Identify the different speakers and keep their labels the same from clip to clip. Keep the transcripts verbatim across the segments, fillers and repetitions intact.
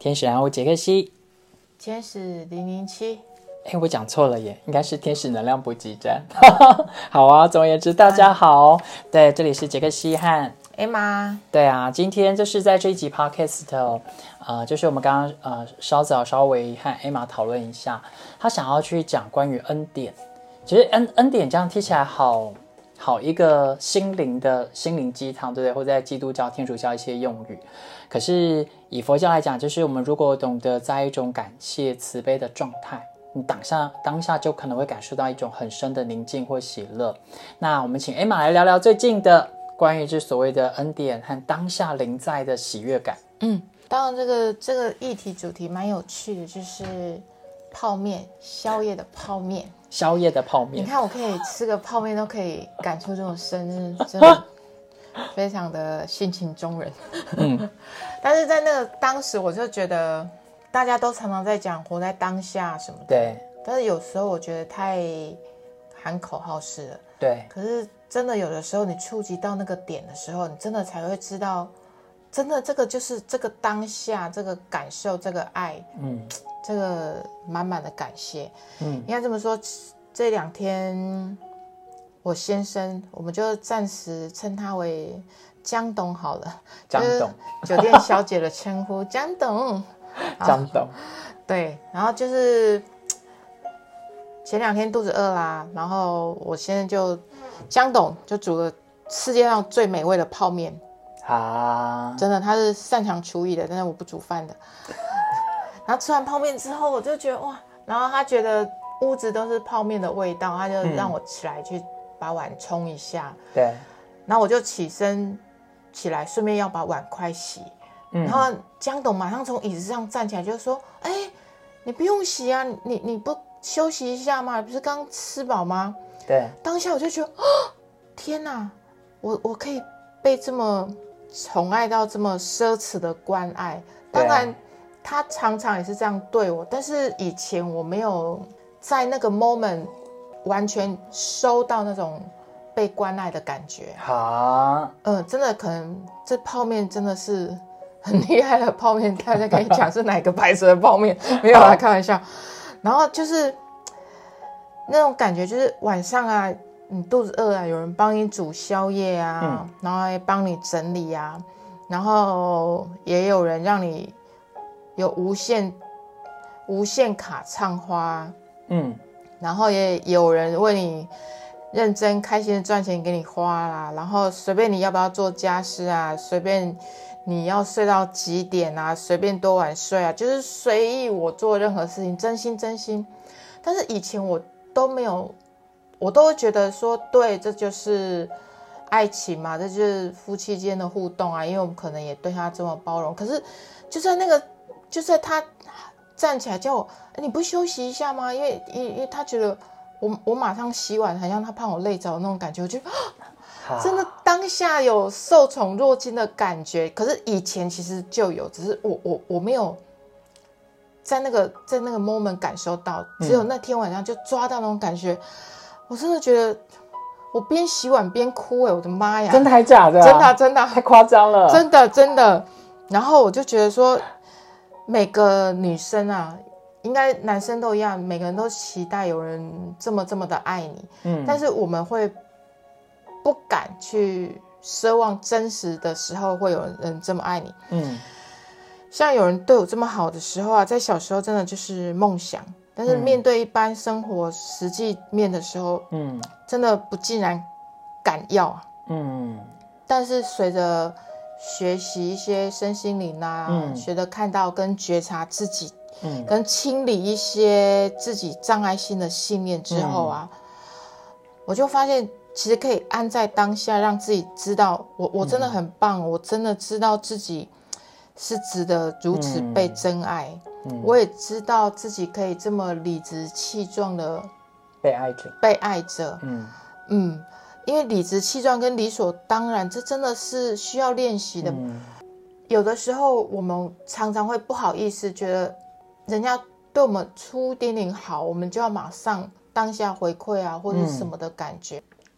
Speaker 1: 天使人物杰克西，
Speaker 2: 天使零零七。
Speaker 1: 哎，我讲错了耶，应该是天使能量补给站。好啊，总而言之，大家好，对，这里是杰克西和
Speaker 2: Emma。
Speaker 1: 对啊，今天就是在这一集 podcast， 呃，就是我们刚刚呃稍早稍微和 Emma 讨论一下，他想要去讲关于恩典。其实恩恩典这样听起来好好一个心灵的心灵鸡汤，对不对？或者在基督教、天主教一些用语。可是以佛教来讲，就是我们如果懂得在一种感谢、慈悲的状态，你当下当下就可能会感受到一种很深的宁静或喜乐。那我们请 Emma 来聊聊最近的关于这所谓的恩典和当下临在的喜悦感。
Speaker 2: 嗯，当然这个这个议题主题蛮有趣的，就是泡面，宵夜的泡面。
Speaker 1: 宵夜的泡面，
Speaker 2: 你看我可以吃个泡面都可以感触这种深，真的非常的性情中人。嗯，但是在那个当时我就觉得大家都常常在讲活在当下什么的，
Speaker 1: 对，
Speaker 2: 但是有时候我觉得太喊口号式了。
Speaker 1: 对，
Speaker 2: 可是真的有的时候你触及到那个点的时候，你真的才会知道，真的这个就是这个当下，这个感受，这个爱，嗯，这个满满的感谢。嗯，应该这么说，这两天我先生，我们就暂时称他为江董好了，
Speaker 1: 江董，
Speaker 2: 酒店小姐的称呼，江董，
Speaker 1: 江董，
Speaker 2: 对，然后就是前两天肚子饿啦，然后我先生就江董就煮了世界上最美味的泡面啊，真的他是擅长厨艺的，但是我不煮饭的。然后吃完泡面之后，我就觉得哇，然后他觉得屋子都是泡面的味道，他就让我起来去把碗冲一下。嗯、对，然后我就起身起来，顺便要把碗筷洗。嗯、然后江董马上从椅子上站起来，就说：“哎，你不用洗啊，你你不休息一下吗？不是刚吃饱吗？”对，当下我就觉得，哦，天哪，我我可以被这么宠爱到这么奢侈的关爱。当然，他常常也是这样对我，但是以前我没有在那个 moment 完全收到那种被关爱的感觉。好，嗯、呃，真的可能这泡面真的是很厉害的泡面，大家可以讲是哪个牌子的泡面，没有啦，开玩笑。然后就是那种感觉，就是晚上啊，你肚子饿啊，有人帮你煮宵夜啊，嗯、然后还帮你整理啊，然后也有人让你有无限无限卡唱花，嗯，然后也有人为你认真开心的赚钱给你花啦，然后随便你要不要做家事啊，随便你要睡到几点啊，随便多晚睡啊，就是随意我做任何事情，真心真心。但是以前我都没有，我都会觉得说，对，这就是爱情嘛，这就是夫妻间的互动啊，因为我们可能也对他这么包容。可是就在那个，就在他站起来叫我，你不休息一下吗？因为因为他觉得我我马上洗碗，好像他怕我累着那种感觉，我就真的当下有受宠若惊的感觉。可是以前其实就有，只是我我我没有在那个在那个 moment 感受到，只有那天晚上就抓到那种感觉。嗯、我真的觉得我边洗碗边哭，哎、欸，我的妈呀！
Speaker 1: 真的还假的、啊？
Speaker 2: 真的真的
Speaker 1: 太夸张了，
Speaker 2: 真的真的。然后我就觉得说，每个女生啊，应该男生都一样，每个人都期待有人这么这么的爱你，嗯，但是我们会不敢去奢望真实的时候会有人这么爱你，嗯，像有人对我这么好的时候啊，在小时候真的就是梦想，但是面对一般生活实际面的时候，嗯，真的不尽然敢要啊，嗯，但是随着学习一些身心灵啊，嗯、学着看到跟觉察自己，嗯，跟清理一些自己障碍性的信念之后啊，嗯、我就发现其实可以安在当下，让自己知道我我真的很棒，嗯、我真的知道自己是值得如此被真爱，嗯、我也知道自己可以这么理直气壮的
Speaker 1: 被爱着，
Speaker 2: 被爱着，嗯嗯。因为理直气壮跟理所当然，这真的是需要练习的。嗯、有的时候我们常常会不好意思，觉得人家对我们出一点点好，我们就要马上当下回馈啊，或者什么的感觉。嗯、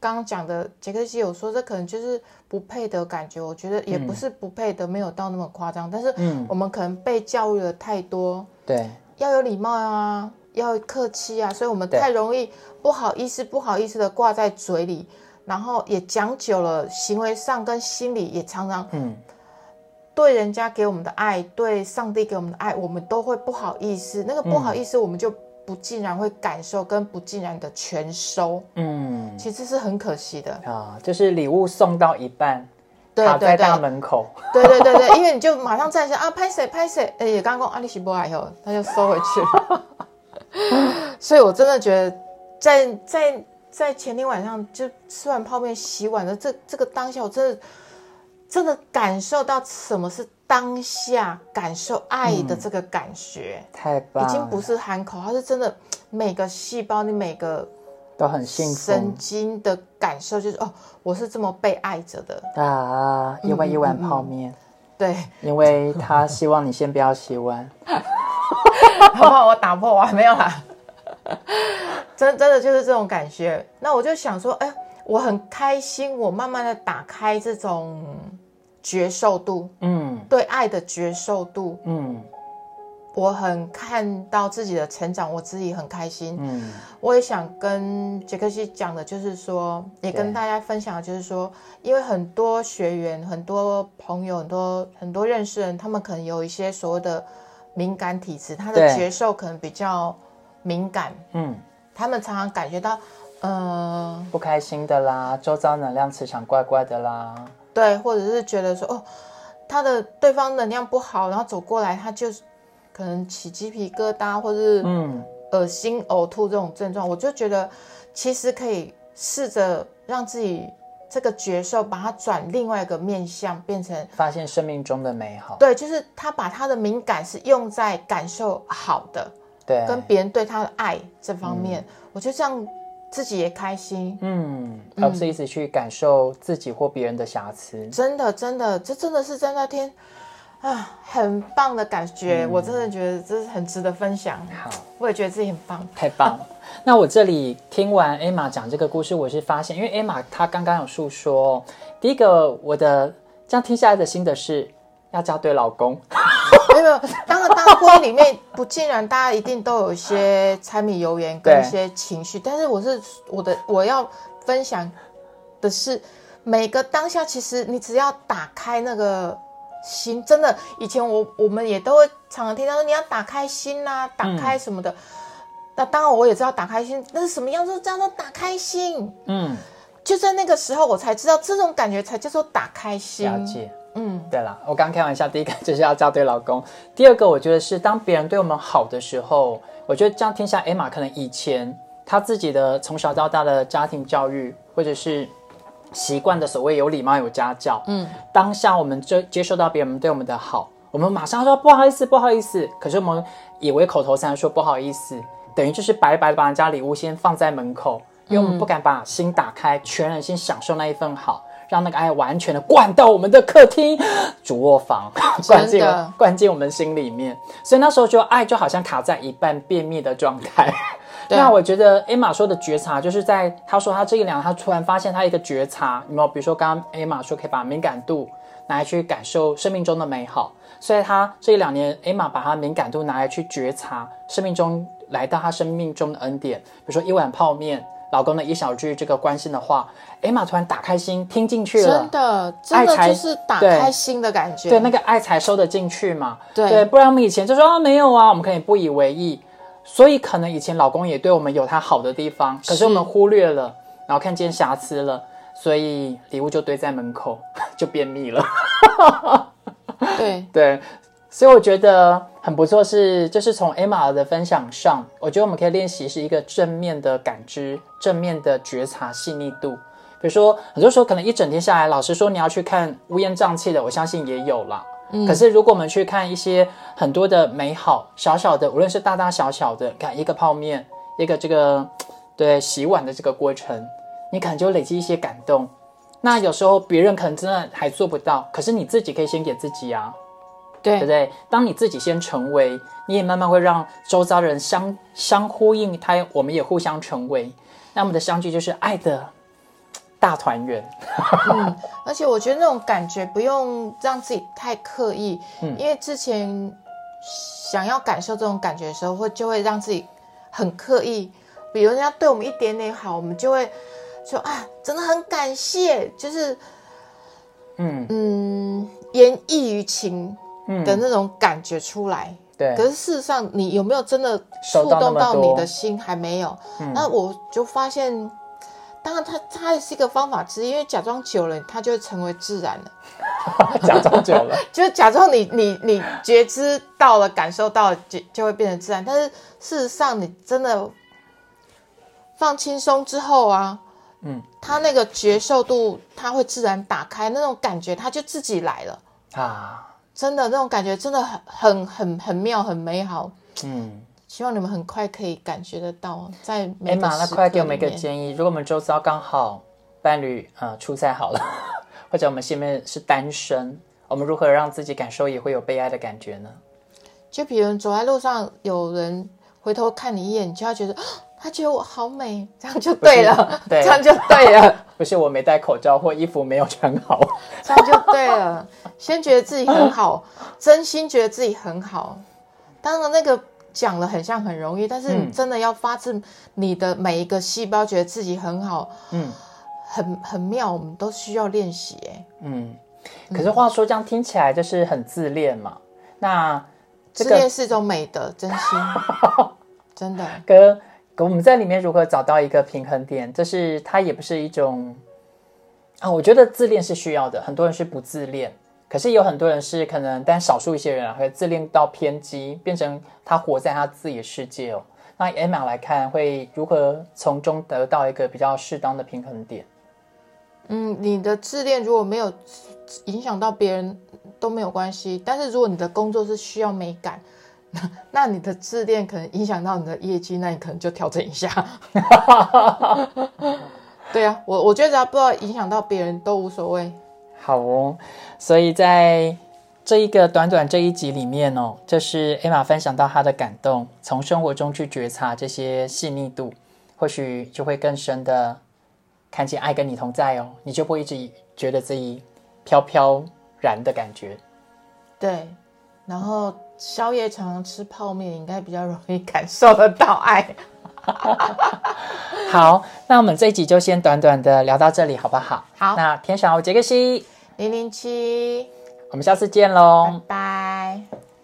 Speaker 2: 刚刚讲的杰克西有说，这可能就是不配的感觉。我觉得也不是不配的，嗯、没有到那么夸张。但是我们可能被教育了太多，
Speaker 1: 对，
Speaker 2: 要有礼貌啊，要客气啊，所以我们太容易不好意思、不好意思的挂在嘴里，然后也讲久了，行为上跟心里也常常嗯。对人家给我们的爱，对上帝给我们的爱，我们都会不好意思。那个不好意思，我们就不尽然会感受，跟不尽然的全收。嗯，其实是很可惜的
Speaker 1: 啊，就是礼物送到一半，卡在大门口。
Speaker 2: 对对对对，因为你就马上站起来啊，拍谁拍谁，哎，也刚刚啊，你洗不来以后，他就收回去了。所以我真的觉得在，在在在前天晚上就吃完泡面、洗碗的这这个当下，我真的。真的感受到什么是当下感受爱的这个感觉，
Speaker 1: 嗯、太棒了，
Speaker 2: 已经不是喊口，它是真的每个细胞，你每个
Speaker 1: 都很幸福，
Speaker 2: 神经的感受就是哦，我是这么被爱着的
Speaker 1: 啊！因为一碗泡面，嗯嗯嗯
Speaker 2: 对，
Speaker 1: 因为他希望你先不要洗碗，
Speaker 2: 好怕我打破完没有啦，真真的就是这种感觉。那我就想说，哎。我很开心，我慢慢的打开这种觉受度，嗯，对爱的觉受度，嗯，我很看到自己的成长，我自己很开心，嗯，我也想跟杰克西讲的，就是说，也跟大家分享的就是说，因为很多学员、很多朋友、很多很多认识人，他们可能有一些所谓的敏感体质，他的觉受可能比较敏感，嗯，他们常常感觉到。
Speaker 1: 呃，不开心的啦，周遭能量磁场怪怪的啦，
Speaker 2: 对，或者是觉得说，哦，他的对方能量不好，然后走过来，他就可能起鸡皮疙瘩，或者是嗯，恶心、呕吐这种症状，我就觉得其实可以试着让自己这个觉受，把它转另外一个面向，变成
Speaker 1: 发现生命中的美好。
Speaker 2: 对，就是他把他的敏感是用在感受好的，
Speaker 1: 对，
Speaker 2: 跟别人对他的爱这方面，嗯、我觉得这样。自己也开心，
Speaker 1: 嗯，而不是一直去感受自己或别人的瑕疵。
Speaker 2: 真的，真的，这真的是在那天啊，很棒的感觉。嗯、我真的觉得这是很值得分享。
Speaker 1: 好，
Speaker 2: 我也觉得自己很棒，
Speaker 1: 太棒了。那我这里听完 Emma 讲这个故事，我是发现，因为 Emma 她刚刚有述说，第一个我的这样听下来的心得是要交对老公。
Speaker 2: 没有，当然，当然，婚姻里面不尽然，大家一定都有一些柴米油盐跟一些情绪。但是我是我的，我要分享的是，每个当下，其实你只要打开那个心，真的，以前我我们也都会常常听到说你要打开心啦、啊，打开什么的。嗯、那当然我也知道打开心，那是什么样子叫做打开心？嗯，就在那个时候，我才知道这种感觉才叫做打开心。
Speaker 1: 了解。嗯，对啦，我刚开玩笑，第一个就是要交对老公，第二个我觉得是当别人对我们好的时候，我觉得这样听下 Emma 可能以前她自己的从小到大的家庭教育，或者是习惯的所谓有礼貌有家教，嗯，当下我们就接受到别人对我们的好，我们马上说不好意思不好意思，可是我们以为口头禅说不好意思，等于就是白白的把人家礼物先放在门口，因为我们不敢把心打开，全人心享受那一份好。让那个爱完全的灌到我们的客厅、主卧房，灌进灌进我们心里面。所以那时候就爱就好像卡在一半便秘的状态。那我觉得 Emma 说的觉察，就是在她说她这一两，她突然发现她一个觉察，有没有？比如说刚刚 Emma 说可以把敏感度拿来去感受生命中的美好，所以她这一两年 Emma 把她敏感度拿来去觉察生命中来到她生命中的恩典，比如说一碗泡面。老公的一小句这个关心的话 Emma 突然打开心听进去了，
Speaker 2: 真的真的就是打开心的感觉，
Speaker 1: 对, 对那个爱才收得进去嘛，
Speaker 2: 对,
Speaker 1: 对，不然我们以前就说啊没有啊，我们可以不以为意，所以可能以前老公也对我们有他好的地方，可是我们忽略了，然后看见瑕疵了，所以礼物就堆在门口就便秘了
Speaker 2: 对
Speaker 1: 对，所以我觉得很不错是，就是从 Emma 的分享上，我觉得我们可以练习是一个正面的感知，正面的觉察细腻度。比如说很多时候可能一整天下来，老实说你要去看乌烟瘴气的，我相信也有啦、嗯、可是如果我们去看一些很多的美好小小的，无论是大大小小的，看一个泡面，一个这个对洗碗的这个过程，你可能就累积一些感动。那有时候别人可能真的还做不到，可是你自己可以先给自己啊，对对不对？当你自己先成为，你也慢慢会让周遭人相相呼应，他我们也互相成为，那我们的相聚就是爱的大团圆。
Speaker 2: 嗯，而且我觉得那种感觉不用让自己太刻意，嗯、因为之前想要感受这种感觉的时候，会就会让自己很刻意，比如人家对我们一点点好，我们就会说啊，真的很感谢，就是嗯嗯，言溢于情的那种感觉出来。嗯
Speaker 1: 对，
Speaker 2: 可是事实上，你有没有真的触动到你的心？还没有。嗯、那我就发现，当然它它也是一个方法之一，因为假装久了，它就会成为自然了。
Speaker 1: 假装久了，
Speaker 2: 就是假装你你你觉知到了，感受到了，就就会变成自然。但是事实上，你真的放轻松之后啊，嗯，它那个觉受度，它会自然打开，那种感觉，它就自己来了啊。真的那种感觉真的很很很很妙，很美好。嗯，希望你们很快可以感觉得到，在每个时刻里面。
Speaker 1: 那快给我们一个建议，如果我们周遭刚好伴侣呃出差好了，或者我们现在是单身，我们如何让自己感受也会有被爱的感觉呢？
Speaker 2: 就比如走在路上，有人回头看你一眼，你就要觉得他觉得我好美，这样就对了，对，这样就对了。
Speaker 1: 不是我没戴口罩或衣服没有穿好，
Speaker 2: 这样就对了。先觉得自己很好，真心觉得自己很好。当然那个讲了很像很容易，但是你真的要发自你的每一个细胞觉得自己很好，嗯，很很妙，我们都需要练习哎。
Speaker 1: 嗯，可是话说这样听起来就是很自恋嘛。那、
Speaker 2: 这个、自恋是一种美德，真心，真的。
Speaker 1: 可可我们在里面如何找到一个平衡点？这是它也不是一种啊，我觉得自恋是需要的，很多人是不自恋。可是有很多人是可能，但少数一些人啊，会自恋到偏激，变成他活在他自己的世界哦。那 Emma 来看，会如何从中得到一个比较适当的平衡点？
Speaker 2: 嗯，你的自恋如果没有影响到别人都没有关系，但是如果你的工作是需要美感，那, 那你的自恋可能影响到你的业绩，那你可能就调整一下。对啊，我我觉得只要不要影响到别人都无所谓。
Speaker 1: 好哦，所以在这一个短短这一集里面哦，这是 Emma 分享到她的感动，从生活中去觉察这些细腻度，或许就会更深的看见爱跟你同在哦，你就不会一直觉得自己飘飘然的感觉。
Speaker 2: 对，然后宵夜常常吃泡面，应该比较容易感受得到爱。
Speaker 1: 好，那我们这一集就先短短的聊到这里好不好？
Speaker 2: 好，
Speaker 1: 那天晓杰克西
Speaker 2: 零零七，
Speaker 1: 我们下次见喽，
Speaker 2: 拜拜。